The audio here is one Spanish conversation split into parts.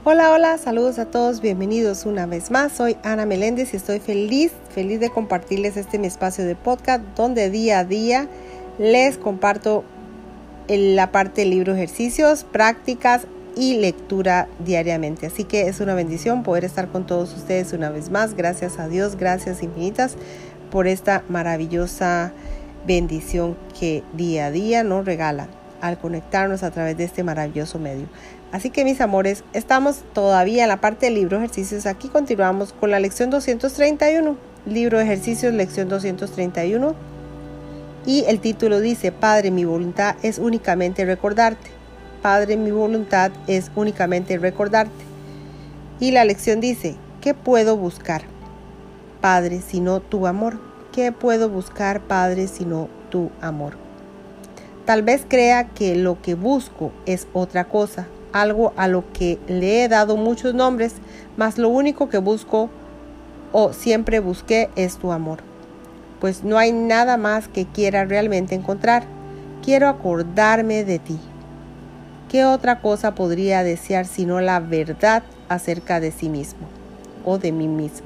Hola, hola, saludos a todos, bienvenidos una vez más. Soy Ana Meléndez y estoy feliz de compartirles mi espacio de podcast donde día a día les comparto la parte de libros, ejercicios, prácticas y lectura diariamente. Así que es una bendición poder estar con todos ustedes una vez más. Gracias a Dios, gracias infinitas por esta maravillosa bendición que día a día nos regala al conectarnos a través de este maravilloso medio. Así que mis amores, estamos todavía en la parte de libro ejercicios. Aquí continuamos con la lección 231, libro de ejercicios, lección 231. Y el título dice, Padre, mi voluntad es únicamente recordarte. Padre, mi voluntad es únicamente recordarte. Y la lección dice, ¿qué puedo buscar, Padre, sino tu amor? ¿Qué puedo buscar, Padre, sino tu amor? Tal vez crea que lo que busco es otra cosa, algo a lo que le he dado muchos nombres, mas lo único que busco o siempre busqué es tu amor. Pues no hay nada más que quiera realmente encontrar. Quiero acordarme de ti. ¿Qué otra cosa podría desear sino la verdad acerca de sí mismo o de mí mismo?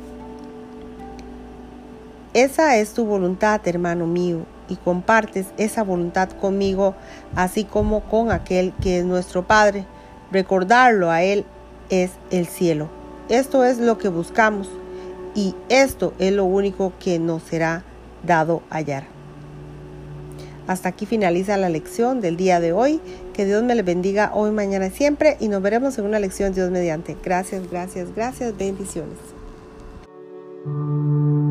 Esa es tu voluntad, hermano mío, y compartes esa voluntad conmigo, así como con aquel que es nuestro Padre. Recordarlo a Él es el cielo. Esto es lo que buscamos y esto es lo único que nos será dado hallar. Hasta aquí finaliza la lección del día de hoy. Que Dios me les bendiga hoy, mañana y siempre y nos veremos en una lección Dios mediante. Gracias, gracias, gracias. Bendiciones.